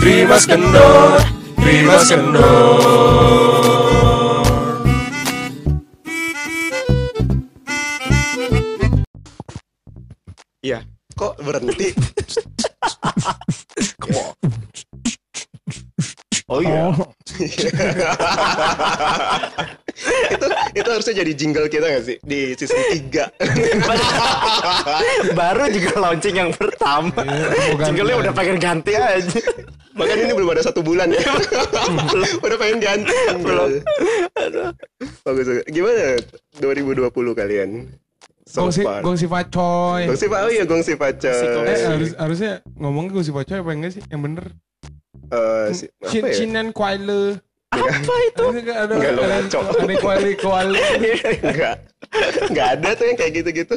Rimas Kendor, Rimas Kendor. Iya, kok berhenti? Oh iya. itu harusnya jadi jingle kita gak sih di season 3. Baru juga launching yang pertama. Jingle-nya udah pengen ganti aja. Bahkan ini belum ada 1 bulan ya. Udah pengen ganti. Belum. Bagus. Gimana 2020 kalian? So far. Gongsi Pacoy. Gongsi Pacoy. Harusnya ngomongnya Gongsi Pacoy apa enggak sih? Yang bener. Apa ya? Cinan Kuala. Apa itu? Ada kuali. Enggak ada tuh yang kayak gitu-gitu.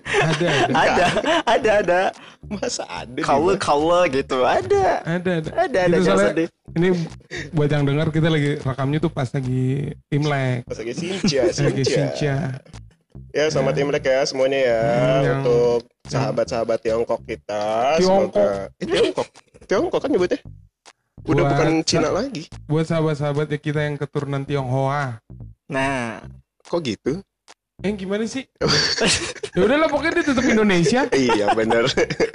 Ada. Masa ada? Color gitu. Ada. Gitu, soalnya ini buat yang dengar kita lagi rekamnya tuh pas lagi Imlek. Pas lagi Sinca. Ya, selamat Imlek ya semuanya ya. Untuk sahabat-sahabat Tiongkok kita. Tiongkok kan nyebutnya. Udah bukan Cina lagi. Buat sahabat-sahabat ya kita yang keturunan Tionghoa. Nah, kok gitu? Gimana sih? Ya udahlah pokoknya dia tetap Indonesia. Iya benar.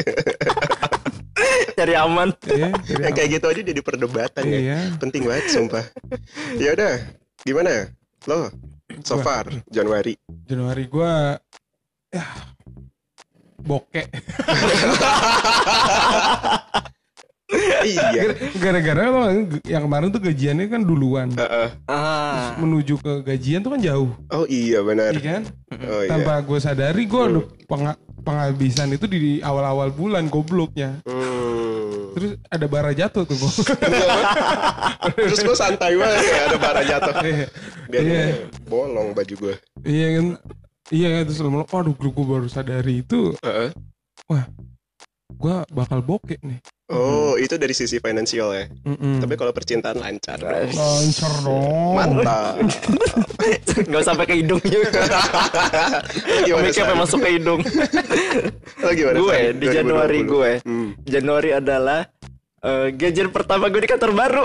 cari aman. Yang kayak gitu aja jadi perdebatan ya. Penting banget sumpah. Ya udah, gimana? Lo so far Januari gua ya bokek. Iya. Gara-gara lo yang kemarin tuh gajiannya kan duluan. Menuju ke gajian tuh kan jauh. Oh iya benar. Iya kan? Tanpa gue sadari gue udah penghabisan itu di awal-awal bulan gobloknya. Terus ada bara jatuh tuh gue. Terus gue santai banget ya ada bara jatuh. Biar bolong baju gue. Iya kan. Terus lo aduh gue baru sadari itu. Wah, gue bakal bokek nih. Oh, itu dari sisi finansial ya. Tapi kalau percintaan lancar. Lancar dong. Mantap. Gak sampai ke hidung juga. Mic-nya masuk ke hidung. Gue di Januari gue. Januari adalah gadget pertama gue di kantor baru.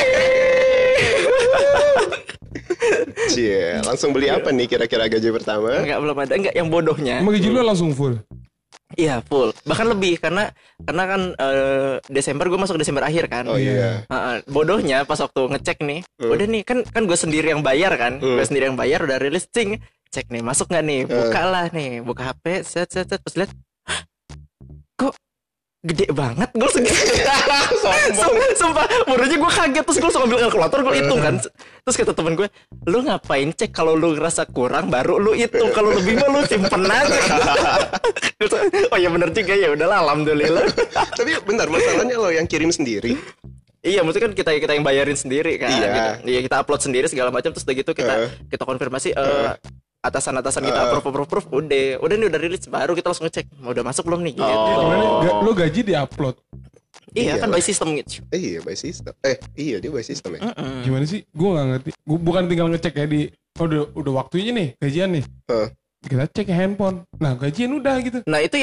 Cie, langsung beli apa nih kira-kira gaji pertama? Belum ada. Enggak, yang bodohnya. Emang gaji lu langsung full? Iya full, bahkan lebih karena kan Desember gue masuk Desember akhir kan. Oh iya. Bodohnya pas waktu ngecek nih, udah nih kan gue sendiri yang bayar kan, gue sendiri yang bayar udah rilis cek nih masuk nggak nih, buka HP, set pas lihat, kok gede banget gue segitu. Sumpah murahnya gue kaget. Terus gue langsung ambil kalkulator, gue hitung kan. Terus kata temen gue, lu ngapain cek kalau lu ngerasa kurang baru lu hitung, kalau lebih mah lu simpen aja. Oh ya bener juga, ya udahlah alhamdulillah. Tapi bentar, masalahnya lo yang kirim sendiri. Iya, maksudnya kan kita yang bayarin sendiri kan. Iya. Gitu. Iya, kita upload sendiri segala macam, terus udah gitu kita konfirmasi atasan kita approve udah nih udah rilis, baru kita langsung ngecek udah masuk belum nih gitu. Gimana? Lo gaji di-upload? Iya kan by system gitu. Iya by system. Iya dia by system ya. Gimana sih? Gue nggak ngerti. Gue bukan tinggal ngecek ya di udah waktunya nih gajian nih. Kita cek handphone. Nah gajian udah gitu. Nah itu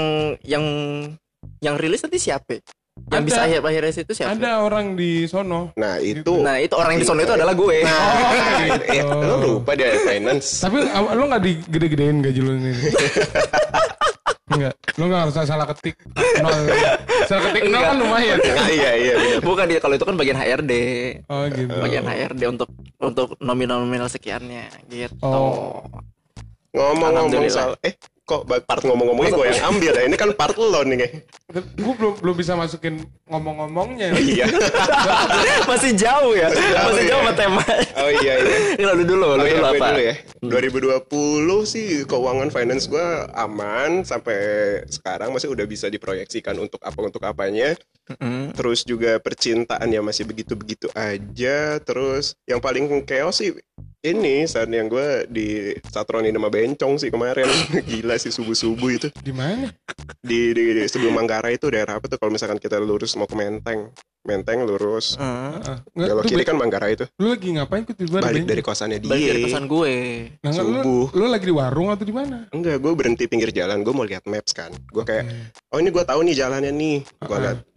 yang rilis nanti siapa? Yang bisa akhir-akhirnya itu siapa? Ada orang di sono. Nah itu orang yang di sono itu adalah gue. Lo lupa dia finance. Tapi lo nggak digede-gedein gaji lo ini? Enggak, lo nggak usah salah ketik. Salah ketik nol kan lumayan. Iya benar. Bukan dia, kalau itu kan bagian HRD. Oh gitu. Bagian HRD untuk nominal sekiannya gitu. Ngomong-ngomong soal kok part ngomong-ngomongnya gue yang ambil ya. Ini kan part lo nih. Gue belum bisa masukin ngomong-ngomongnya. Iya. Masih jauh ya. Masih jauh sama tema. Oh iya. Lu dulu apa? Dulu ya. 2020 sih keuangan finance gue aman sampai sekarang, masih udah bisa diproyeksikan untuk apanya. Terus juga percintaan ya masih begitu-begitu aja. Terus yang paling chaos sih ini saat yang gue disatronin sama bencong sih kemarin. Gila sih subuh-subuh itu. Di mana? Di sebelum Manggarai itu daerah apa tuh, kalau misalkan kita lurus mau ke Menteng lurus. Belok kiri kan Manggarai itu. Lu lagi ngapain kok tiba-tiba balik dari kosannya dia? Balik dari kosan gue. Nah, subuh. Lu lagi di warung atau di mana? Enggak, gue berhenti pinggir jalan, gue mau lihat maps kan. Gue kayak, oh ini gue tahu nih jalannya nih. Gue lihat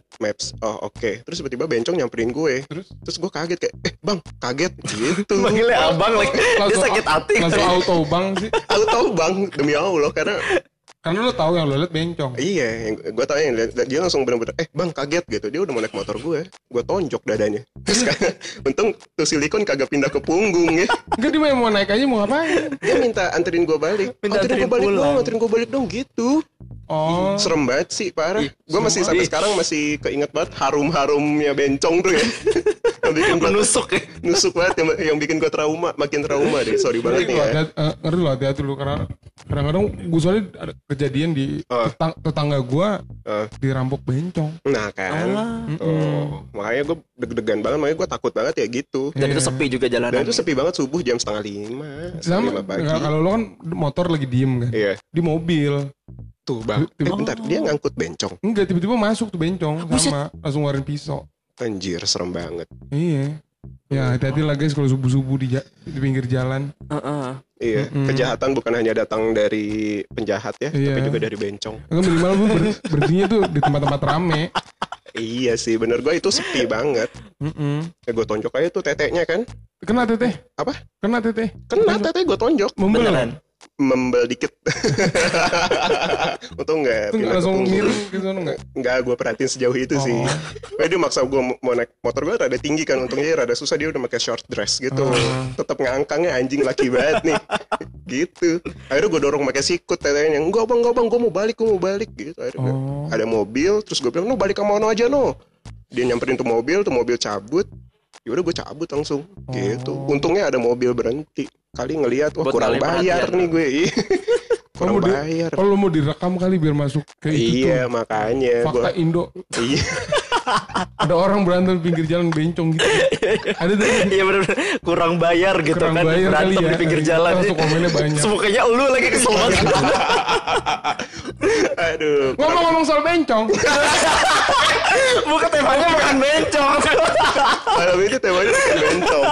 Maps. Oh oke. Terus tiba-tiba bencong nyamperin gue. Terus gue kaget kayak, bang, kaget gitu. Manggilnya abang lagi. Dia sakit hati. Langsung auto bang sih. Auto bang, demi Allah, karena lo tahu yang lo liat bencong. Iya, gue tahu yang liat, dia langsung bener-bener, bang kaget gitu. Dia udah mau naik motor gue tonjok dadanya. Terus untung tuh silikon kagak pindah ke punggung ya. Enggak, dia mau naik aja mau ngapain? Dia minta anterin gue balik. Anterin gue balik dong gitu. Oh, serem banget sih, parah. Gue masih sampai sekarang masih keinget banget harum-harumnya bencong tuh ya. Yang bikin gue nusuk banget, yang bikin gue makin trauma deh. Sorry banget nih ya. Ngerti lo, hati-hati lo, karena kadang-kadang gue soalnya ada kejadian di tetangga gue dirampok bencong. Nah kan, makanya gue deg-degan banget, makanya gue takut banget ya gitu. Dan itu sepi juga jalanan. Dan itu sepi banget subuh jam 4:30. Sama, kalau lo kan motor lagi diem kan, di mobil. Tuh bang, bentar, dia ngangkut bencong? Enggak, tiba-tiba masuk tuh bencong sama langsung ngeluarin pisau. Anjir, serem banget. Iya. Ya hati-hati lah guys kalau subuh-subuh di pinggir jalan. Iya, kejahatan bukan hanya datang dari penjahat ya, tapi juga dari bencong. Enggak, minimal gue berhentinya tuh di tempat-tempat rame. Iya sih, bener, gue itu sepi banget. Ya gue tonjok aja tuh teteknya kan. Kena teteh? Apa? Kena teteh gue tonjok. Beneran? Membel dikit. Untung enggak. Itu langsung miring gitu enggak? Enggak, gue perhatiin sejauh itu sih. Dia maksa gue mau naik motor, gue rada tinggi kan, untungnya rada susah, dia udah pakai short dress gitu. Tetap ngangkangnya anjing, laki banget nih. Gitu. Akhirnya gue dorong pakai sikut tetenya. Enggak bang, gue mau balik gitu. Akhirnya ada mobil, terus gue bilang, "No, balik ke mana aja, no." Dia nyamperin tuh mobil cabut. Yaudah gue cabut langsung gitu. Untungnya ada mobil berhenti. Kali ngelihat, wah kurang bayar nih gue. Kurang bayar. Kalau mau direkam kali biar masuk ke itu. Iya tuh, makanya Fakta Indo. Iya. Ada orang berantem pinggir jalan bencong gitu. Ada tuh. Iya benar, kurang bayar gitu kurang kan, bayar berantem kali ya. di pinggir jalan. Langsung komennya banyak. Semuanya lu lagi kesel banget. Aduh. Ngomong-ngomong soal bencong. Bukan temanya bukan bencong. Malam ini temanya bukan bencong.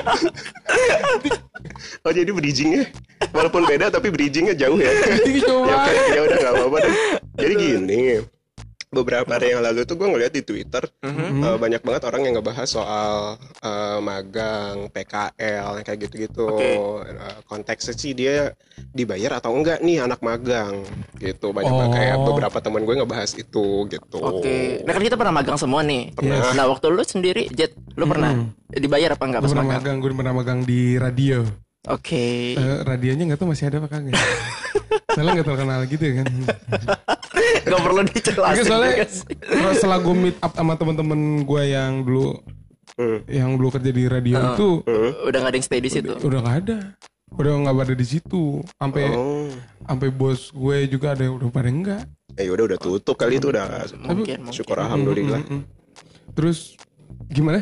Oh jadi bridgingnya walaupun beda tapi bridgingnya jauh ya. Ya udah nggak apa-apa deh. Jadi gini, beberapa hari yang lalu tuh gue ngeliat di Twitter banyak banget orang yang ngebahas soal magang, PKL, kayak gitu-gitu. Konteksnya sih dia dibayar atau enggak nih anak magang gitu. Banyak banget kayak beberapa teman gue ngebahas itu gitu. Nah kan kita pernah magang semua nih. Nah waktu lu sendiri, Jet, lu pernah dibayar apa enggak pas magang? Gue pernah magang di radio. Radionya nggak tahu masih ada apa kagak. Soalnya nggak terkenal gitu kan. Gak perlu dijelasin. Soalnya setelah gue meet up sama teman-teman gue yang dulu kerja di radio itu udah nggak ada yang stay di situ. Udah nggak ada. Udah nggak ada di situ. Sampai bos gue juga ada yang udah pada enggak. Udah tutup kali itu udah. Mungkin. Syukur alhamdulillah. Terus gimana?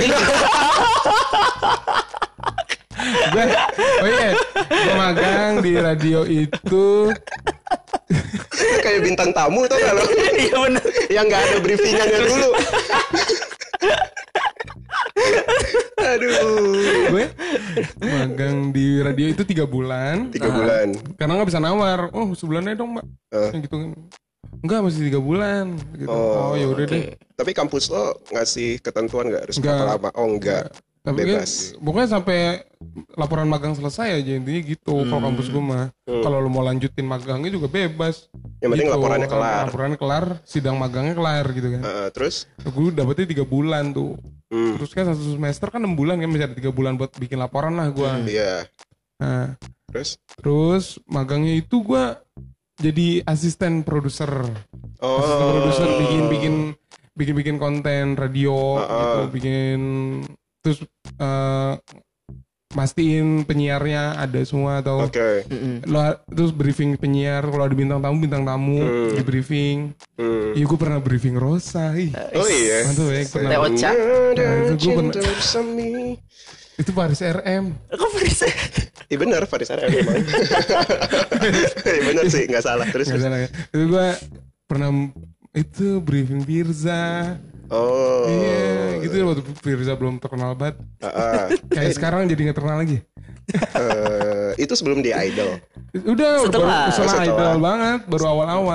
Gue magang di radio itu. Kayak bintang tamu tuh kalau. Iya benar. Yang nggak ada briefingannya dulu. Aduh. Gue magang di radio itu 3 bulan. 3 bulan. Karena nggak bisa nawar. Oh sebulannya dong mbak. Gitu kan. Enggak, masih 3 bulan gitu. Ya udah deh. Tapi kampus lo ngasih ketentuan nggak harus berapa lama? Enggak. Tapi bebas. Pokoknya sampai laporan magang selesai aja intinya gitu. Kalau kampus gue mah. Kalau lo mau lanjutin magangnya juga bebas. Yang penting gitu. laporannya kelar. Sidang magangnya kelar gitu kan. Terus? Gue dapetnya 3 bulan tuh. Terus kan 1 semester kan 6 bulan kan, masih ada 3 bulan buat bikin laporan lah gue. Iya. Nah, terus magangnya itu gue jadi asisten produser. Asisten produser bikin konten radio gitu, bikin. Terus mastiin penyiarnya ada semua atau terus briefing penyiar, kalau ada bintang tamu di briefing. Iya gue pernah briefing Rosa. Oh iya. Mantap ya. Teoca. Itu gue pernah. Itu Faris RM. Kok Faris? Iya benar, Faris RM memang. Benar sih, nggak salah. Terus ya. Itu gue pernah itu briefing Firza. Iya, gitu waktu Firza belum terkenal banget. Kayak sekarang jadi nggak terkenal lagi. Itu sebelum dia Idol. Udah setelah Idol banget, baru awal-awal.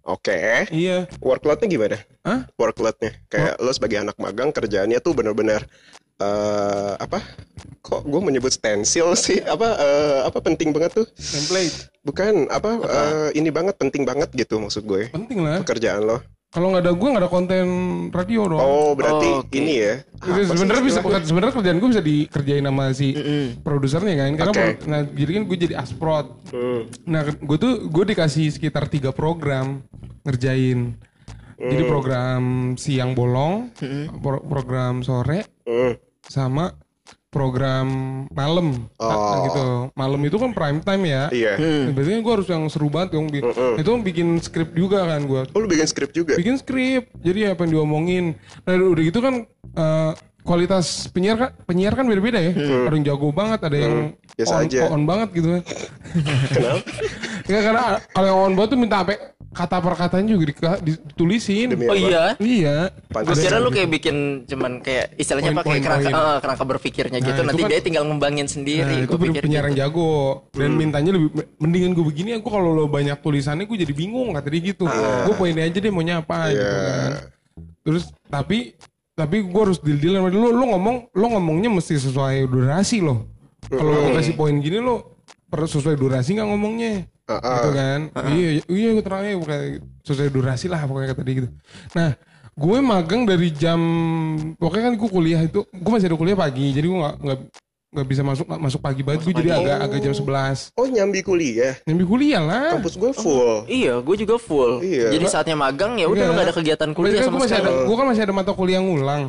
Oke. Iya. Workload-nya gimana? Hah? Workload-nya kayak lo sebagai anak magang kerjaannya tuh benar-benar apa? Kok gue menyebut stensil sih? Apa penting banget tuh? Template. Bukan ini banget penting banget gitu maksud gue. Penting lah. Pekerjaan lo. Kalau nggak ada gue nggak ada konten radio dong. Oh berarti ini ya. Sebenarnya kerjaan gue bisa dikerjain sama si produsernya kan. Karena nah jadi kan gue jadi asprod. Nah gue dikasih sekitar 3 program ngerjain. Jadi program siang bolong, program sore, sama program malam. Gitu. Malam itu kan prime time ya. Iya. Berarti gue harus yang seru banget yang itu bikin skrip juga kan gue. Oh lu bikin skrip juga? Bikin skrip. Jadi apa yang diomongin. Nah udah gitu kan kualitas penyiar kan beda-beda ya. Ada yang jago banget, ada yang on banget gitu kan. Kenapa? Ya karena kalau yang on banget tuh minta apa kata per katanya juga ditulisin. Oh iya? Iya. Gue kira lu kayak bikin cuman kayak istilahnya pakai kerangka berpikirnya gitu. Nanti dia tinggal ngembangin sendiri. Itu penyiar yang jago. Dan mintanya lebih mendingan gue begini. Aku kalau lo banyak tulisannya gue jadi bingung kata dia gitu. Gue poinnya aja deh maunya apa gitu kan. Terus tapi gue harus deal sama dia. Lo ngomongnya mesti sesuai durasi lo. Kalau lo kasih poin gini lo sesuai durasi nggak ngomongnya. Gitu kan. Iya gue terangnya bukan sesuai durasi lah pokoknya kata dia gitu. Nah gue magang dari jam pokoknya kan gue kuliah itu gue masih ada kuliah pagi jadi gue nggak bisa masuk pagi banget. Gue jadi agak jam 11. Oh nyambi kuliah lah. Kampus gue full. Iya gue juga full. Jadi saatnya magang ya udah nggak ada kegiatan kuliah sama sekali. Gue kan masih ada mata kuliah ngulang.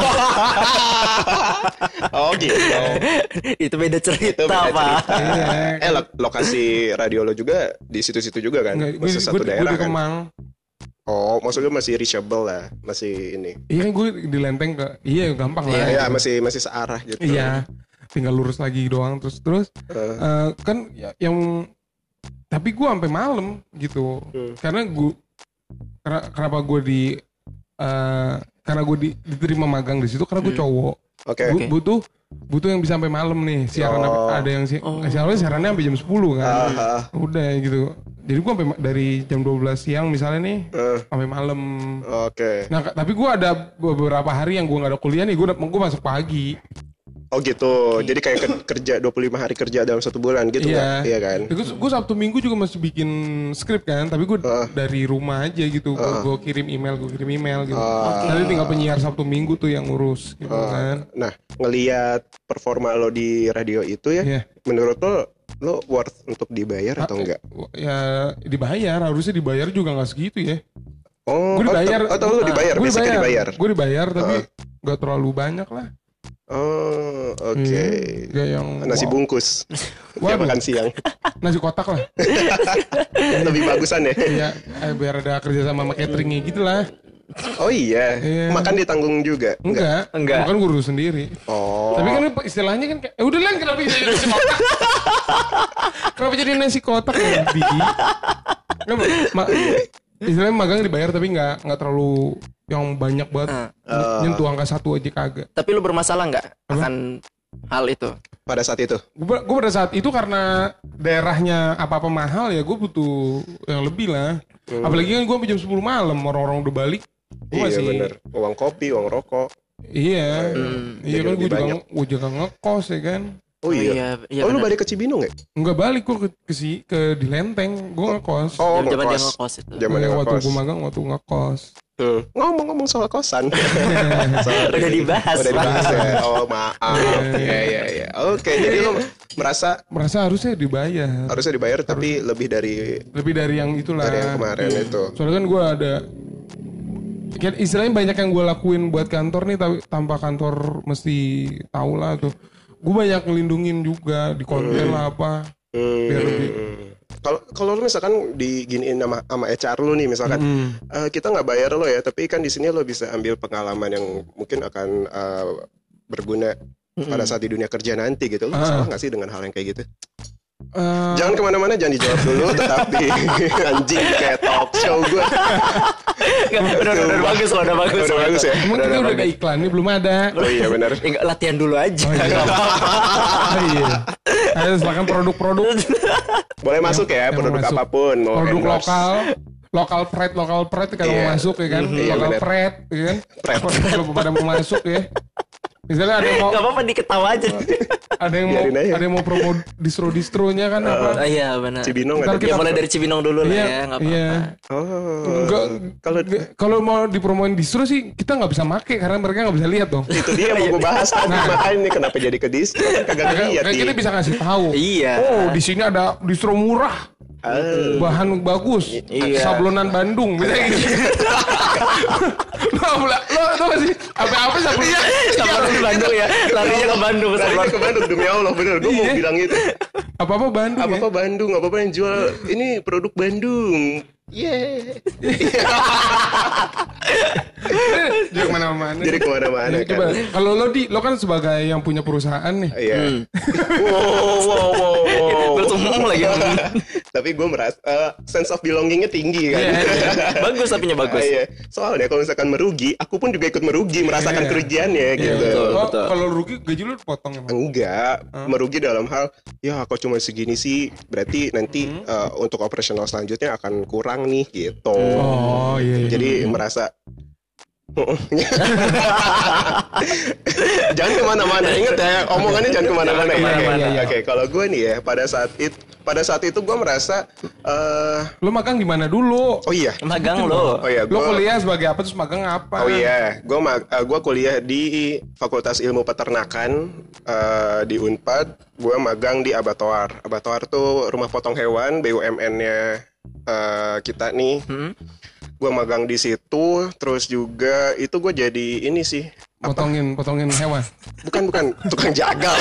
Oh gitu. Itu beda cerita Pak. Lokasi radio lo juga di situ-situ juga kan? Masih satu daerah kan? Kemang. Oh, maksudnya masih reachable lah, masih ini. Iya kan gue di Lenteng gampang lah. Iya, masih searah gitu. Iya, tinggal lurus lagi doang terus kan yang tapi gue sampai malam gitu. Karena kenapa gue karena gue diterima magang di situ karena gue cowok. Oke. Butuh yang bisa sampai malam nih siaran ada yang siarannya sampai jam 10 kan. Udah gitu. Jadi gue sampai dari jam 12 siang misalnya nih sampai malam. Oke. Nah tapi gue ada beberapa hari yang gue nggak ada kuliah nih, gue masuk pagi. Oh gitu. Jadi kayak kerja 25 hari kerja dalam 1 bulan gitu kan? Iya kan? Gue Sabtu Minggu juga masih bikin skrip kan, tapi gue dari rumah aja gitu. Gue kirim email gitu. Nanti tinggal penyiar Sabtu Minggu tuh yang ngurus gitu kan. Nah, ngelihat performa lo di radio itu ya, menurut lo worth untuk dibayar atau enggak? Ya dibayar, harusnya dibayar juga nggak segitu ya. Oh, gue dibayar. Atau lo dibayar? Biasanya dibayar. Gue dibayar tapi nggak terlalu banyak lah. Oh, oke. Yang nasi bungkus. Kayak makan siang. Nasi kotak lah. Lebih bagusan ya. Iya, biar ada kerja sama cateringnya gitu lah. Oh iya. Makan ditanggung juga? Enggak. Makan guru sendiri. Oh. Tapi kan istilahnya kan kayak udah lah kenapa jadi nasi kotak? Kenapa jadi nasi kotak ya? Istilahnya magang dibayar tapi nggak terlalu yang banyak banget. Nyentuh angka 1 aja kagak. Tapi lu bermasalah nggak akan hal itu? Pada saat itu? Gue pada saat itu karena daerahnya apa-apa mahal ya gue butuh yang lebih lah. Apalagi kan gue sampai jam 10 malam orang-orang udah balik. Iya bener. Uang kopi, uang rokok. Iya. Iya kan gue juga ngekos ya kan. Oh iya. Lu balik ke Cibinong ya? Enggak balik, gue ke di Lenteng, gue ngekos. Oh, zaman dia ngekos itu. Waktu gue magang, waktu ngekos. Ngomong-ngomong soal kosan. Udah dibahas ya. Oh maaf. Iya. Oke, jadi lu merasa harusnya dibayar. Harusnya dibayar tapi lebih dari yang itulah. Dari yang kemarin itu. Soalnya kan gue ada istilahnya banyak yang gue lakuin buat kantor nih tapi tanpa kantor mesti tahu lah tuh. Gue banyak ngelindungin juga di konten lah apa biar lebih. Kalau lu misalkan diginiin sama HR lu nih misalkan kita nggak bayar lo ya tapi kan di sini lo bisa ambil pengalaman yang mungkin akan berguna pada saat di dunia kerja nanti gitu. Lo salah nggak sih dengan hal yang kayak gitu? Jangan kemana-mana, jangan dijawab dulu, tetapi anjing kayak talk show gue. Udah bagus loh, udah bagus ya. Emang kita udah kayak iklan nih belum ada. Oh iya benar. Latihan dulu aja. Oh iya. Ayo silakan produk-produk. Boleh masuk ya, produk apapun. Produk lokal. lokal pride kalau Iya. mau masuk ya kan. Iya, Lokal bener. pride ya kan. Pride. Kalau pada mau masuk ya. Misalnya ada yang mau Gak apa-apa diketawa aja. Biarin aja. ada yang mau promo distro-distronya kan apa. Iya benar. Cibinong Ntar ada Ya mulai dari Cibinong dulu lah Iya, ya, nggak apa-apa. iya. Oh. Kalau mau dipromoin distro sih kita nggak bisa make karena mereka nggak bisa lihat dong. Itu dia yang mau gue bahas tadi, makanya nih kenapa jadi ke distro kan kagak lihat Kayak kita nih. bisa ngasih tahu. Iya. Oh, di sini ada distro murah. Bahan bagus. Iya. Sablonan Bandung misalnya gitu. Lo masih apa sablon? Sablonan di Bandung ya. Larinya ke Bandung Larinya sablonan. ke Bandung demi Allah bener, gue mau Iya. bilang itu. Apa Bandung ya? Apa Bandung, apa yang jual ini produk Bandung. Yeah. Jadi kemana-mana. Jadi kemana-mana Ya, coba kan. kalau lo kan sebagai yang punya perusahaan nih. Iya. Gue langsung lagi. Tapi gue merasa sense of belongingnya tinggi kan. Iya, Bagus tapinya bagus. Iya. Soalnya kalau misalkan merugi, aku pun juga ikut merugi, merasakan Iya. kerugiannya Iya, gitu. betul. Kalau rugi gaji lu potong emang. Enggak, merugi dalam hal ya kok cuma segini sih, berarti nanti untuk operasional selanjutnya akan kurang nih gitu. Oh iya. Jadi merasa jangan kemana-mana, inget ya omongannya jangan kemana-mana ya. Iya. Oke, kalau gue nih ya pada saat itu gue merasa Lo magang di mana dulu? oh iya, Magang lo. oh iya, Lo gue kuliah sebagai apa terus magang apa? oh iya, gue kuliah di Fakultas Ilmu Peternakan di Unpad. Gue magang di Abattoir. Abattoir tuh rumah potong hewan BUMN-nya kita nih. Gue magang di situ, terus juga itu gue jadi ini sih. Potongin hewan. Bukan tukang jagal.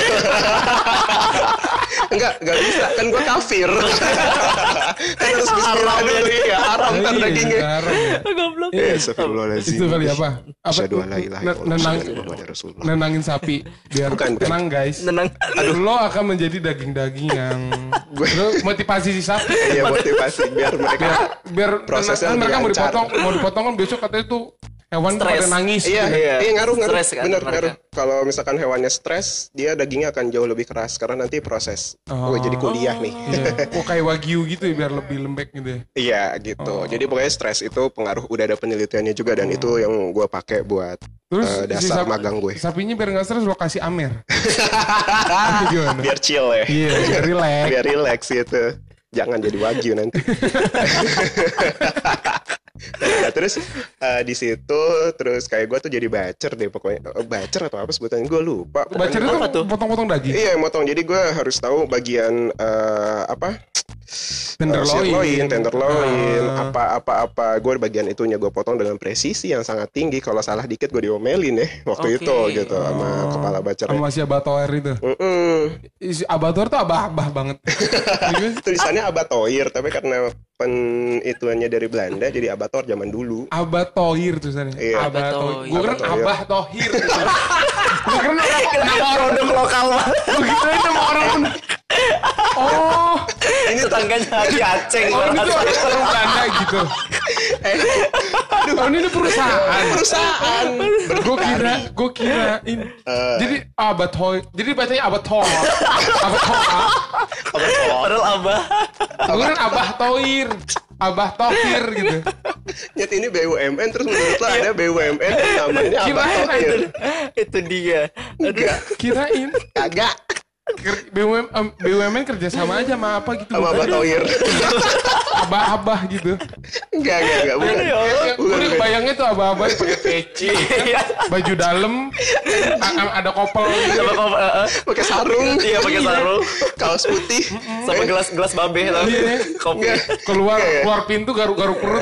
Enggak bisa, kan gue kafir. Kan harus bismillah dulu, iya, haram kan Iya, dagingnya. haram ya. Goblok. Astagfirullahaladzim. Itu kali apa? Asyhadu an la ilaha illallah, Nenang- asyhadu anna Muhammadar Rasulullah. Nenangin sapi biar Bukan. tenang guys. Tenang. Lo akan menjadi daging-daging yang lo motivasi si sapi. Iya, motivasi biar mereka Biar prosesnya kan mereka lebih lancar. mau dipotong kan besok katanya tuh hewan tuh Stres. pada nangis. Iya, gitu. Iya. ngaruh, Stres kan bener, mereka. ngaruh. Kalau misalkan hewannya stres, dia dagingnya akan jauh lebih keras karena nanti proses. Oh. Jadi kuliah nih. Iya. Oh kayak wagyu gitu ya biar lebih lembek gitu ya. Iya gitu. Jadi pokoknya stres itu pengaruh. Udah ada penelitiannya juga dan itu yang gue pakai buat Terus dasar magang gue. Sapinya biar nggak stres lo kasih amer. Gimana? Biar chill ya. Iya, biar relax. Biar relax gitu. Jangan jadi wagyu nanti. Nah, terus di situ terus kayak gue tuh jadi bacer deh pokoknya. Bacer atau apa sebutannya gue lupa. Baca Apa itu tuh? potong-potong daging. Iya motong. Jadi gue harus tahu bagian apa? Sirloin, tenderloin, apa. Gue bagian itunya gue potong dengan presisi yang sangat tinggi. Kalau salah dikit gue diomelin ya waktu Oke. itu gitu sama kepala bacernya. Sama si Abattoir itu. Si Abattoir tuh abah-abah banget. Tulisannya Abattoir tapi karena ituannya dari Belanda jadi Abattoir zaman dulu. Abattoir tulisannya. Iya. Abattoir. Gue kira Abattoir. Abah Tohir. Gue kira nama orang Produk lokal banget. Gue kira nama orang. Oh, Ini tetangganya Haji Aceh. oh ini tuh orang Belanda gitu. Oh ini perusahaan. Perusahaan. Gue kirain. Jadi Abattoir. Jadi bacanya Abattoir. Abattoir. Padahal Abah. Gue kan Abah Tohir. Abah Tohir gitu. Nyet ini BUMN terus menurut lo ada BUMN yang namanya Kirain Abattoir. Itu dia. Enggak. Kirain. Kagak. BUMN kerja sama aja sama apa gitu. Sama Abattoir. Abah-abah gitu. Enggak. Bukan. Gue bayangnya tuh abah-abah pakai peci, Iya. baju dalam, ada kopel gitu. Sama kau Pakai sarung. Iya pakai sarung. Kaos putih. Sama gelas babeh tau. Iya. Kopi. Keluar pintu garuk-garuk perut.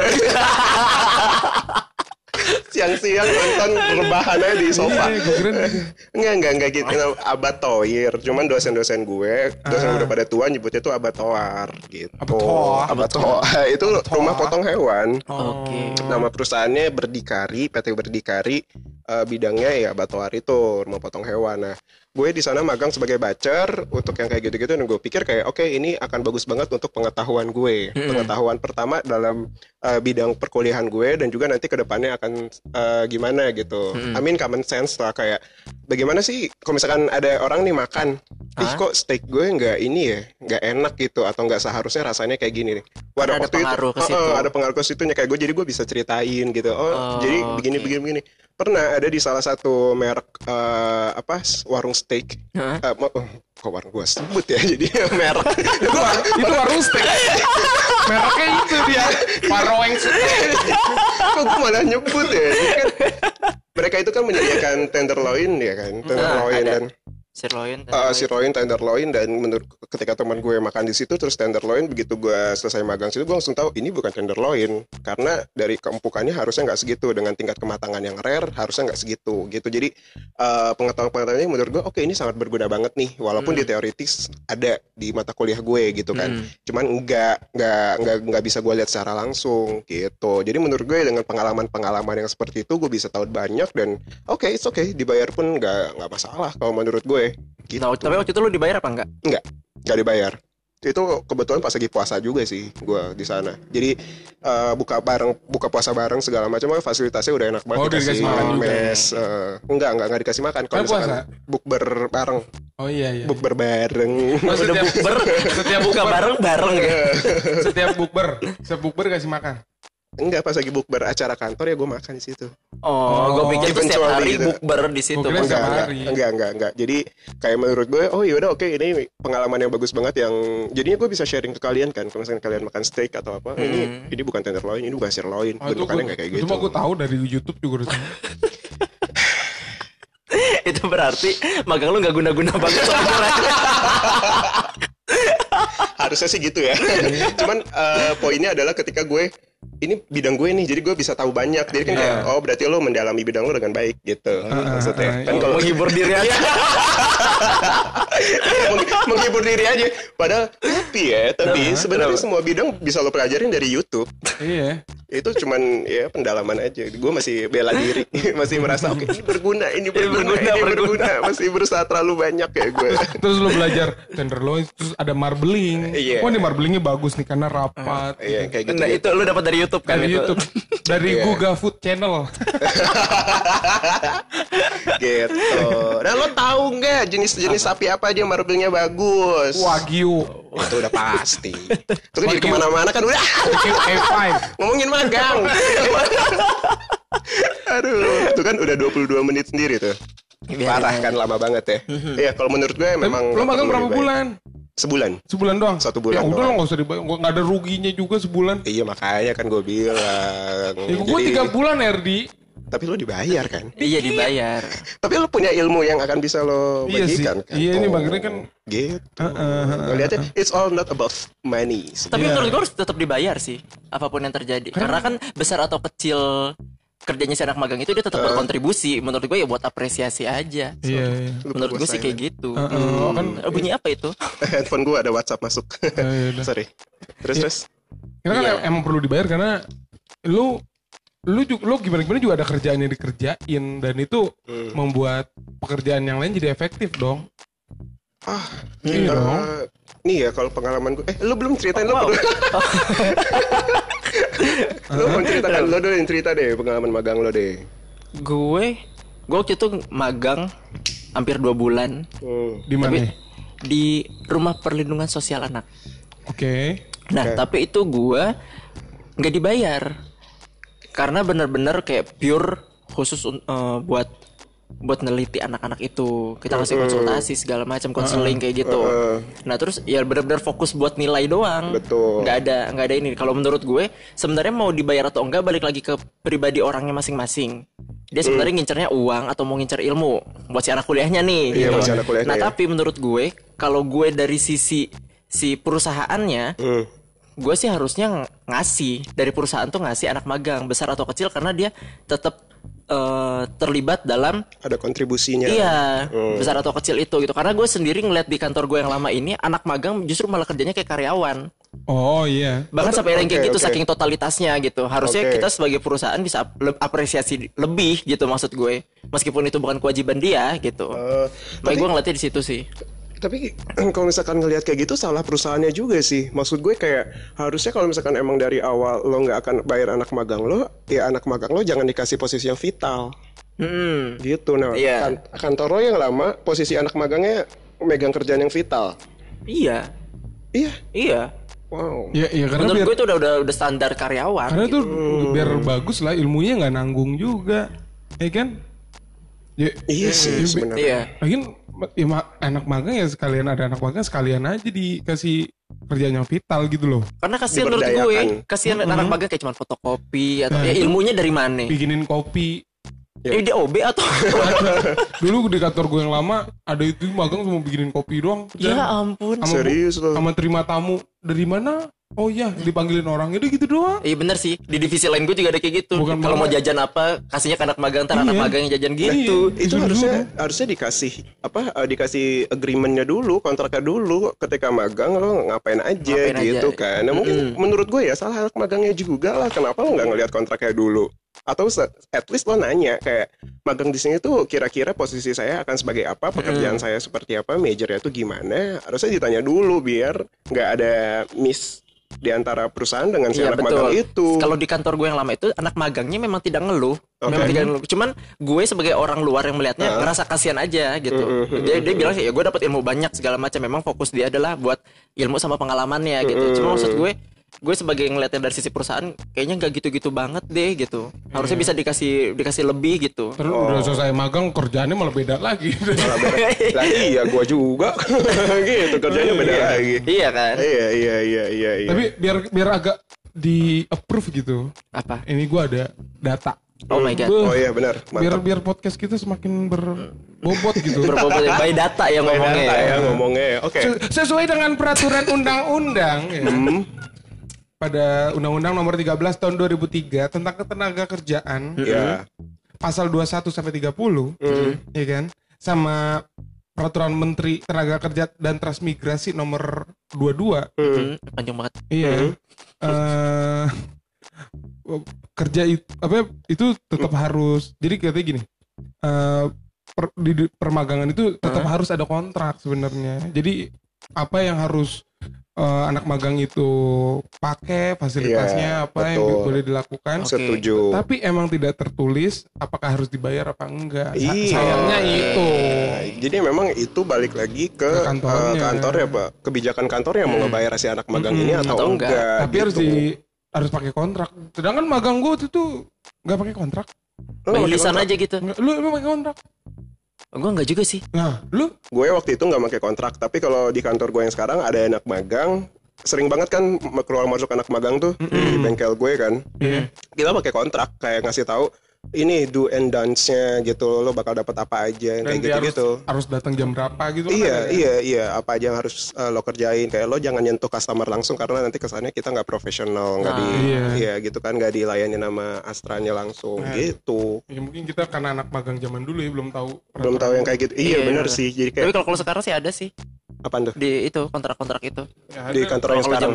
Siang-siang nonton rebahan aja di sofa. Iya, gue kira Enggak gitu. Abattoir. Cuman dosen-dosen gue udah pada tua nyebutnya tuh Abattoir gitu. Abattoir. Itu rumah potong hewan. Oke. Nama perusahaannya Berdikari, PT Berdikari. Bidangnya ya Abattoir itu, rumah potong hewan. Nah, gue di sana magang sebagai bacer untuk yang kayak gitu-gitu dan gue pikir kayak oke, ini akan bagus banget untuk pengetahuan gue. Pengetahuan pertama dalam bidang perkuliahan gue dan juga nanti ke depannya akan gimana gitu. I mean common sense lah kayak bagaimana sih kalau misalkan ada orang nih makan, kok steak gue nggak ini ya, nggak enak gitu atau nggak seharusnya rasanya kayak gini nih. Ada ada pengaruh ke situ. Ada pengaruh ke situnya kayak gue, jadi gue bisa ceritain gitu. Jadi begini. Pernah ada di salah satu merek warung steak. Kok warung gue sebut ya, jadi merek. Itu warung steak. Mereknya itu dia. Paroeng steak. Kok gue malah nyebut ya? Jadi kan, mereka itu kan menyediakan tenderloin ya kan, tenderloin dan sirloin, tenderloin, dan menurut ketika teman gue makan di situ terus tenderloin, begitu gue selesai magang situ gue langsung tahu ini bukan tenderloin karena dari keempukannya harusnya nggak segitu, dengan tingkat kematangan yang rare harusnya nggak segitu gitu. Jadi pengetahuannya menurut gue oke, ini sangat berguna banget nih, walaupun di teoritis ada di mata kuliah gue gitu kan, cuman nggak bisa gue lihat secara langsung gitu. Jadi menurut gue dengan pengalaman yang seperti itu gue bisa tahu banyak, dan oke, it's okay, dibayar pun nggak masalah kalau menurut gue. Gitu. Nah, tapi waktu itu lu dibayar apa enggak? Enggak dibayar. Itu kebetulan pas lagi puasa juga sih gue di sana. Jadi buka puasa bareng segala macam, fasilitasnya udah enak banget. Dikasih makan mes. Enggak dikasih makan. Kalau misalkan bukber bareng. Oh iya. Bukber bareng. Udah bukber. Setiap buka bareng ya. Setiap bukber kasih makan. Enggak, pas lagi bukber acara kantor ya gue makan di situ. Gue pikir tuh setiap hari gitu. Bukber di situ. Enggak. Jadi kayak menurut gue, yaudah oke, ini pengalaman yang bagus banget, yang jadinya gue bisa sharing ke kalian kan. Kalau misalnya kalian makan steak atau apa, ini bukan tenderloin, ini bukan sirloin, bentukannya nggak kayak gitu. Cuma gue tahu dari YouTube juga udah. Itu berarti magang lu nggak guna-guna banget. Harusnya sih gitu ya. Cuman poinnya adalah ketika ini bidang gue nih, jadi gue bisa tahu banyak. Jadi kan kayak, berarti lo mendalami bidang lo dengan baik gitu. Maksudnya kan kalau menghibur diri aja. menghibur diri aja. Padahal tapi sebenarnya semua bidang bisa lo pelajarin dari YouTube. Iya. Itu cuman ya pendalaman aja. Gue masih bela diri, masih merasa oke, ini berguna, masih berusaha terlalu banyak ya gue. Terus lo belajar tenderloin, terus ada marbling. Oh, ini marblingnya bagus nih karena rapat. Iya, kayak gitu. Nah, itu lo dapat dari YouTube kan? Dari YouTube, dari Google Food Channel. Gitu. Nah, lo tahu nggak jenis-jenis sapi apa aja yang marblingnya bagus? Wagyu. Itu udah pasti. Terus jadi kemana-mana kan udah. A5. Ngomongin magang. Aduh, itu kan udah 22 menit sendiri tuh. Parah kan, lama banget ya. Iya, kalau menurut gue memang. Lo magang berapa bulan? Sebulan doang. 1 bulan. Ya udah lo nggak usah dibayar, nggak ada ruginya juga sebulan. Iya, makanya kan gue bilang. Ya gue 3 bulan Erdi. Tapi lo dibayar kan? Iya, dibayar. Tapi lo punya ilmu yang akan bisa lo bagikan kan? Iya, ini makanya kan gitu. Ngeliatnya it's all not about money. Tapi menurut gue harus tetap dibayar sih, apapun yang terjadi. Karena kan besar atau kecil kerjanya si anak magang itu dia tetap berkontribusi. Menurut gue ya buat apresiasi aja. Iya. Menurut gue sih kayak gitu. Kan bunyi apa itu? Handphone gue ada WhatsApp masuk. Sorry. Terus. Karena kan emang perlu dibayar karena lu gimana juga ada kerjaan yang dikerjain, dan itu membuat pekerjaan yang lain jadi efektif dong. Iya dong. Nih ya, kalau pengalaman gue, lu belum ceritain lu belum ceritakan, lo dulu yang cerita deh pengalaman magang lo deh. Gue waktu itu magang hampir 2 bulan. Di mana? Di Rumah Perlindungan Sosial Anak. Oke. Nah, tapi itu gue nggak dibayar. Karena benar-benar kayak pure khusus buat neliti anak-anak itu. Kita kasih konsultasi segala macam, konseling kayak gitu. Nah, terus ya benar-benar fokus buat nilai doang. Betul. Nggak ada ini. Kalau menurut gue sebenarnya mau dibayar atau enggak balik lagi ke pribadi orangnya masing-masing. Dia sebenarnya ngincernya uang atau mau ngincer ilmu buat si anak kuliahnya nih. Iya, gitu. buat si anak kuliahnya. Nah, tapi menurut gue kalau gue dari sisi si perusahaannya, gue sih harusnya ngasih, dari perusahaan tuh ngasih anak magang besar atau kecil, karena dia tetap terlibat dalam ada kontribusinya. Iya, besar atau kecil itu gitu. Karena gue sendiri ngeliat di kantor gue yang lama ini, anak magang justru malah kerjanya kayak karyawan. Oh iya. Bahkan sampai yang kayak gitu, saking totalitasnya gitu. Harusnya kita sebagai perusahaan bisa apresiasi lebih gitu, maksud gue. Meskipun itu bukan kewajiban dia gitu. Tapi gue ngeliatnya di situ sih. Tapi kalau misalkan ngelihat kayak gitu, salah perusahaannya juga sih. Maksud gue kayak harusnya kalau misalkan emang dari awal lo nggak akan bayar anak magang lo, ya anak magang lo jangan dikasih posisi yang vital. Gitu. Nah, kantor lo yang lama posisi anak magangnya megang kerjaan yang vital. Iya. Wow. Ya karena Menurut biar gue itu udah standar karyawan. karena gitu. itu biar bagus lah, ilmunya nggak nanggung juga, ya kan? Ya, Iya sih sebenarnya. Iya. lagian ya, anak magang ya sekalian ada anak magang sekalian aja dikasih kerjaan yang vital gitu loh. Karena kasihan menurut gue, Diberdayakan. kasihan anak magang kayak cuma fotokopi atau ya ilmunya dari mana? Bikinin kopi. Dia OB atau Dulu di kantor gue yang lama ada itu magang cuma bikinin kopi doang. ya ampun. Sama Serius loh. sama terima tamu dari mana? Oh iya, dipanggilin orang itu gitu doang. Iya bener sih, di divisi lain gue juga ada kayak gitu. Bukan Kalau mau malah- jajan apa, kasihnya ke anak magang, ntar anak Iya. magang yang jajan gitu. Itu Itu harusnya dikasih dikasih agreementnya dulu, kontraknya dulu ketika magang lo ngapain aja Ngapain gitu aja. kan. Nah, mungkin menurut gue ya salah anak magangnya juga lah, kenapa lo nggak ngelihat kontraknya dulu? Atau at least lo nanya kayak magang di sini tuh kira-kira posisi saya akan sebagai apa, pekerjaan saya seperti apa, majornya tuh gimana? Harusnya ditanya dulu biar nggak ada miss di antara perusahaan dengan si Iya anak magang betul. itu. Kalau di kantor gue yang lama itu anak magangnya memang tidak ngeluh, Oke. memang tidak ngeluh. Cuman gue sebagai orang luar yang melihatnya ngerasa kasihan aja gitu. Dia bilang ya gue dapat ilmu banyak segala macam. Memang fokus dia adalah buat ilmu sama pengalamannya gitu. Cuma maksud gue sebagai ngeliatnya dari sisi perusahaan kayaknya nggak gitu-gitu banget deh gitu. Harusnya bisa dikasih lebih gitu. Terus udah selesai magang kerjaannya malah beda lagi. Malah beda. Lah iya gue juga gitu kerjanya beda lagi. Iya kan? Iya. Tapi biar agak di approve gitu. Apa? Ini gue ada data. Oh my god. Oh iya benar. Biar podcast kita semakin berbobot gitu. Berbobot by data yang ngomongnya. Data Ya. ya ngomongnya. Oke. Sesuai dengan peraturan undang-undang ya. Pada Undang-Undang Nomor 13 Tahun 2003 tentang ketenaga kerjaan, Ya. pasal 21 sampai 30, ya kan? Sama Peraturan Menteri Tenaga Kerja dan Transmigrasi Nomor 22. Panjang banget. Iya. Kerja itu tetap harus. Jadi katanya gini. Di permagangan itu tetap harus ada kontrak sebenarnya. Jadi apa yang harus anak magang itu pakai, fasilitasnya Iya, apa yang betul. boleh dilakukan. Setuju. Tapi emang tidak tertulis apakah harus dibayar apa enggak. Iya. Sayangnya itu. Jadi memang itu balik lagi ke kantornya. kantornya, Pak. Kebijakan kantornya mau ngebayar si anak magang ini atau Atau enggak. enggak. Tapi harus pakai kontrak. Sedangkan magang gue itu tuh nggak pakai kontrak. Lo pakai Lisan kontrak? aja gitu. Lu pakai kontrak. Gue enggak juga sih. Nah, lu Gue waktu itu nggak pakai kontrak, tapi kalau di kantor gue yang sekarang ada anak magang. Sering banget kan keluar masuk anak magang tuh di bengkel gue kan. Kita pakai kontrak kayak ngasih tahu ini do and dance-nya gitu, lo bakal dapat apa aja dan kayak dia gitu-gitu. harus datang jam berapa gitu. kan Iya, ada ya? iya, apa aja yang harus lo kerjain. Kayak lo jangan nyentuh customer langsung karena nanti kesannya kita nggak profesional, nggak Iya. gitu kan, nggak dilayani nama Astranya langsung gitu. Ya, mungkin kita karena anak magang zaman dulu ya belum tahu. Belum tahu yang kayak gitu. Iya, Iya, bener iya. sih. Jadi Tapi kayak kalau sekarang sih ada sih apaan tuh? di itu kontrak-kontrak itu. Ya, Di ada. kantor yang Kalau sekarang.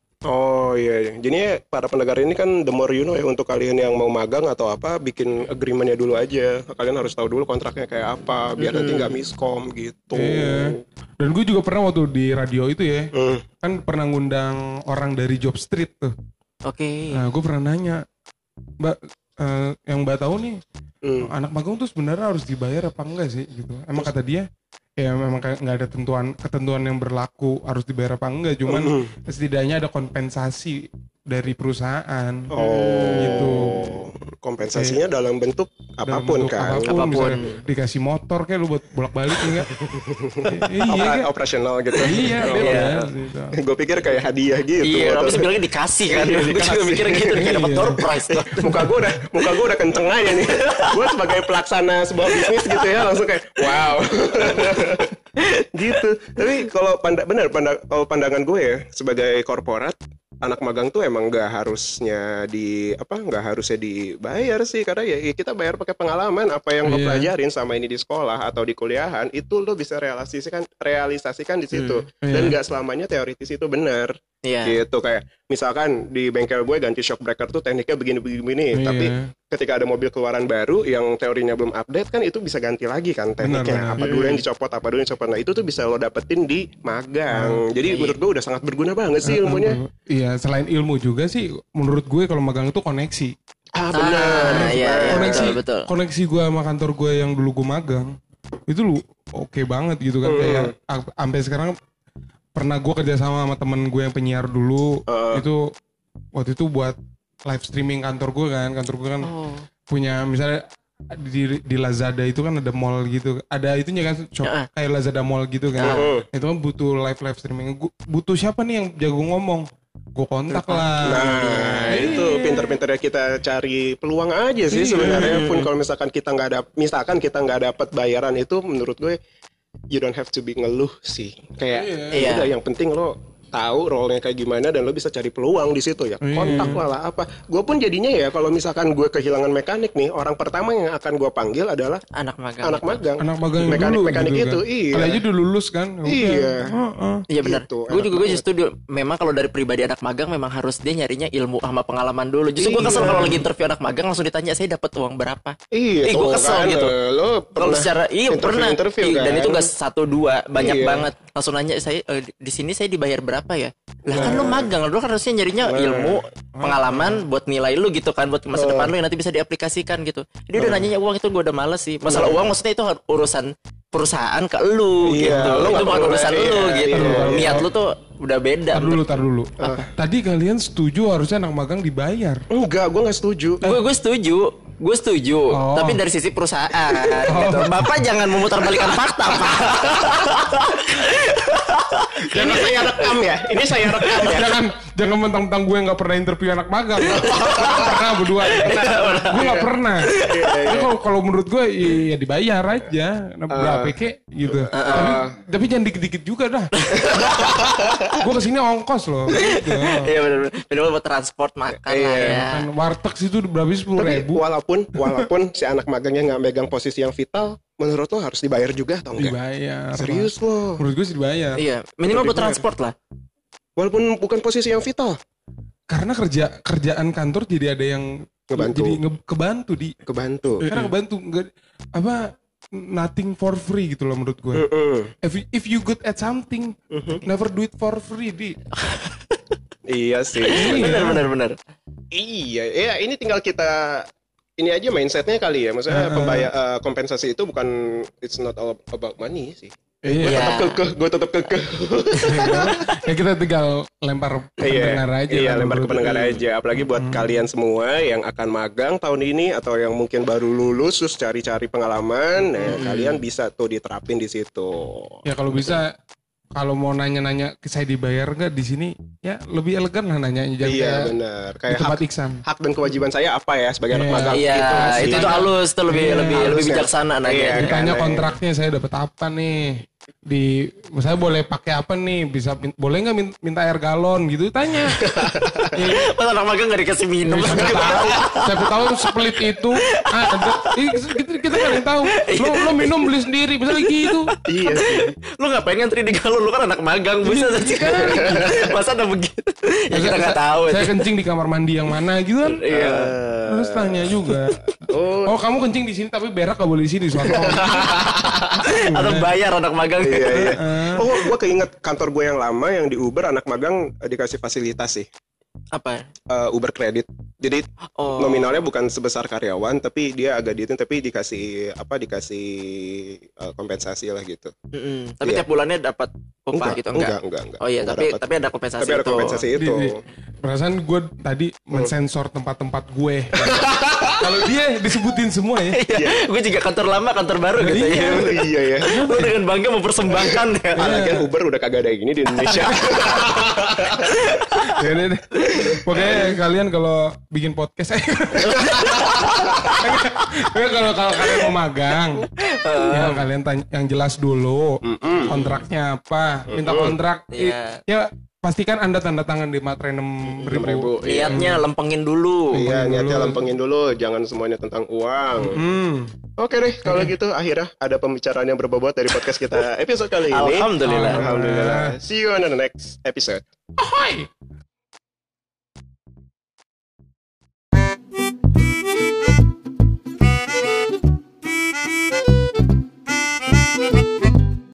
Oh iya. Jadi para pendengar ini kan the more you know ya, untuk kalian yang mau magang atau apa, bikin agreementnya dulu aja. Kalian harus tahu dulu kontraknya kayak apa, biar nanti nggak miskom gitu. Iya. Dan gue juga pernah waktu di radio itu ya, Hmm. kan pernah ngundang orang dari Job Street tuh. Oke. Nah, gue pernah nanya, Mbak, yang Mbak tahu nih, anak magang tuh sebenarnya harus dibayar apa enggak sih gitu. Emang kata dia, ya memang kayak nggak ada ketentuan yang berlaku harus dibayar apa enggak, cuman setidaknya ada kompensasi dari perusahaan. Gitu. Kompensasinya dalam bentuk Dalam apapun bentuk kan. apapun, Apapun. misalnya dikasih motor kayak lu buat bolak-balik enggak? Iya kan? Operasional gitu. Iya, bebas gitu. Gue pikir kayak hadiah gitu. Iya, Atau- tapi sebenarnya dikasih kan. Gue juga mikirnya gitu, kayak dapat Iya. door prize tuh. muka gue udah kenceng aja nih. Gue sebagai pelaksana sebuah bisnis gitu ya, langsung kayak wow. Gitu. Tapi kalau kalau pandangan gue ya sebagai korporat, anak magang tuh emang nggak harusnya dibayar sih, karena ya kita bayar pakai pengalaman. Apa yang lo Iya. pelajarin sama ini di sekolah atau di kuliahan itu lo bisa realisasikan di situ. Iya. Dan nggak selamanya teoritis itu benar. Iya. Gitu, kayak misalkan di bengkel gue ganti shock breaker tuh tekniknya begini, Iya. tapi ketika ada mobil keluaran baru yang teorinya belum update kan itu bisa ganti lagi kan tekniknya. Benar. Apa dulu yang dicopot, apa dulu yang dicopot. Nah itu tuh bisa lo dapetin di magang. Jadi menurut gue udah sangat berguna banget sih ilmunya. Iya, selain ilmu juga sih, menurut gue kalau magang itu koneksi. Ah, iya, koneksi, betul. koneksi gue sama kantor gue yang dulu gue magang itu lu oke banget gitu kan, kayak sampai sekarang pernah gue kerja sama temen gue yang penyiar dulu. Itu waktu itu buat live streaming kantor gue kan. Kantor gue kan punya misalnya di Lazada itu kan ada mall gitu. Ada itunya kan shop kayak Lazada mall gitu kan. Itu kan butuh live streaming. Butuh siapa nih yang jago ngomong? Gue kontak lah. Nah, itu pinter-pinternya kita cari peluang aja sih sebenarnya. Pun kalau misalkan kita nggak dapat bayaran itu, menurut gue you don't have to be ngeluh sih. Kayak udah yang penting lo tahu role-nya kayak gimana dan lo bisa cari peluang di situ ya. Kontak lah apa. Gue pun jadinya ya kalau misalkan gue kehilangan mekanik nih, orang pertama yang akan gue panggil adalah anak magang. Anak magang mekanik gitu itu. kan. Iya. Kali aja udah lulus kan. Iya. Iya benar. Gitu, Gue setuju. Memang kalau dari pribadi anak magang memang harus dia nyarinya ilmu sama pengalaman dulu. Justru gue kesel kalau lagi interview anak magang langsung ditanya saya dapat uang berapa. Iya. Gue kesel kan, gitu. Lo kalau secara pernah interview kan? Dan itu nggak 1-2 banyak banget. Langsung nanya saya di sini saya dibayar berapa ya? Lah kan lu magang, lu kan harusnya nyarinya ilmu, pengalaman buat nilai lu gitu kan, buat masa depan lu yang nanti bisa diaplikasikan gitu. Dia udah nanyanya uang itu gue udah males sih. Masalah uang maksudnya itu urusan perusahaan ke lu gitu. Lu Itu bukan urusan lu gitu. Niat lu tuh udah beda. Tar dulu. Tadi kalian setuju harusnya anak magang dibayar? Enggak, gue nggak setuju. Gue setuju, tapi dari sisi perusahaan gitu. Bapak jangan memutarbalikkan fakta, Pak. Ini saya rekam ya. Jangan mentang-mentang gue nggak pernah interview anak magang. Pernah berdua. Gue nggak pernah. Kalau menurut gue ya dibayar aja. Berapa kek gitu. Tapi jangan dikit-dikit juga dah. Gue kesini ongkos loh. Gitu. Iya benar. Minimal buat transport makan lah ya. Kan warteg situ berapa 10.000. Walaupun si anak magangnya nggak megang posisi yang vital, menurut lo harus dibayar juga atau enggak? Dibayar. Serius lo? Menurut gue sih dibayar. Iya, minimal buat transport lah. Walaupun bukan posisi yang vital. Karena kerjaan kantor jadi ada yang Ngebantu. Jadi kebantu di. Kebantu. Karena kebantu nggak nothing for free gitu loh menurut gue. If you good at something, never do it for free di. Iya sih. Benar. Iya, ini tinggal kita ini aja mindsetnya kali ya. Maksudnya kompensasi itu bukan, it's not all about money sih. Gue tetap kekeh. Ya kita tinggal lempar pendengar aja. Iya, lempar ke pendengar aja. Apalagi buat kalian semua yang akan magang tahun ini atau yang mungkin baru lulus terus cari-cari pengalaman, kalian bisa tuh diterapin di situ. Ya kalau bisa, kalau mau nanya-nanya saya dibayar nggak di sini, ya lebih elegan lah nanyanya. Jangan iya benar. Kayak hak dan kewajiban saya apa ya sebagai anak magang. Iya, gitu, itu halus, itu lebih bijaksana nanya. Ditanya kontraknya saya dapat apa nih? Misalnya boleh pakai apa nih? Boleh nggak minta air galon gitu? Tanya. Pas anak magang nggak dikasih minum. Siapa tahu sepelit itu ada. Kita nggak ada yang tahu. Lo minum beli sendiri, misalnya gitu. Iya sih. Lo ngapain ngantri di galon? Lo kan anak magang, bisa saja. Masa ada begitu? Ya kita nggak tahu. Saya kencing di kamar mandi yang mana gitu kan? Iya. Terus tanya juga. Oh kamu kencing di sini tapi berak gak boleh di sini suatu. Atau bayar anak magang. Iya. Oh, gue keinget kantor gue yang lama yang di Uber anak magang dikasih fasilitas sih. Apa? Uber kredit. Jadi nominalnya bukan sebesar karyawan, tapi dia agak diitin, tapi dikasih kompensasi lah gitu. Tapi tiap bulannya dapat upah gitu enggak? Oh iya, tapi ada kompensasi. Tapi ada kompensasi itu. Perasaan gue tadi mensensor tempat-tempat gue. Kalau dia disebutin semua ya. Iya. Gue juga kantor lama, kantor baru gitu ya. Iya ya. Lu dengan bangga mempersembahkan ya. Lagian Uber udah kagak ada ini di Indonesia. Ya deh. Pokoknya kalian kalau bikin podcast kalau kalian mau magang, ya kalian tanya yang jelas dulu. Kontraknya apa? Minta kontrak. Ya pastikan Anda tanda tangan di materai 6.000. Niatnya lempengin dulu. Iya, niatnya lempengin dulu, jangan semuanya tentang uang. Oke deh, kalau gitu akhirnya ada pembicaraan yang berbobot dari podcast kita episode kali ini. Alhamdulillah. See you on the next episode. Ahoy!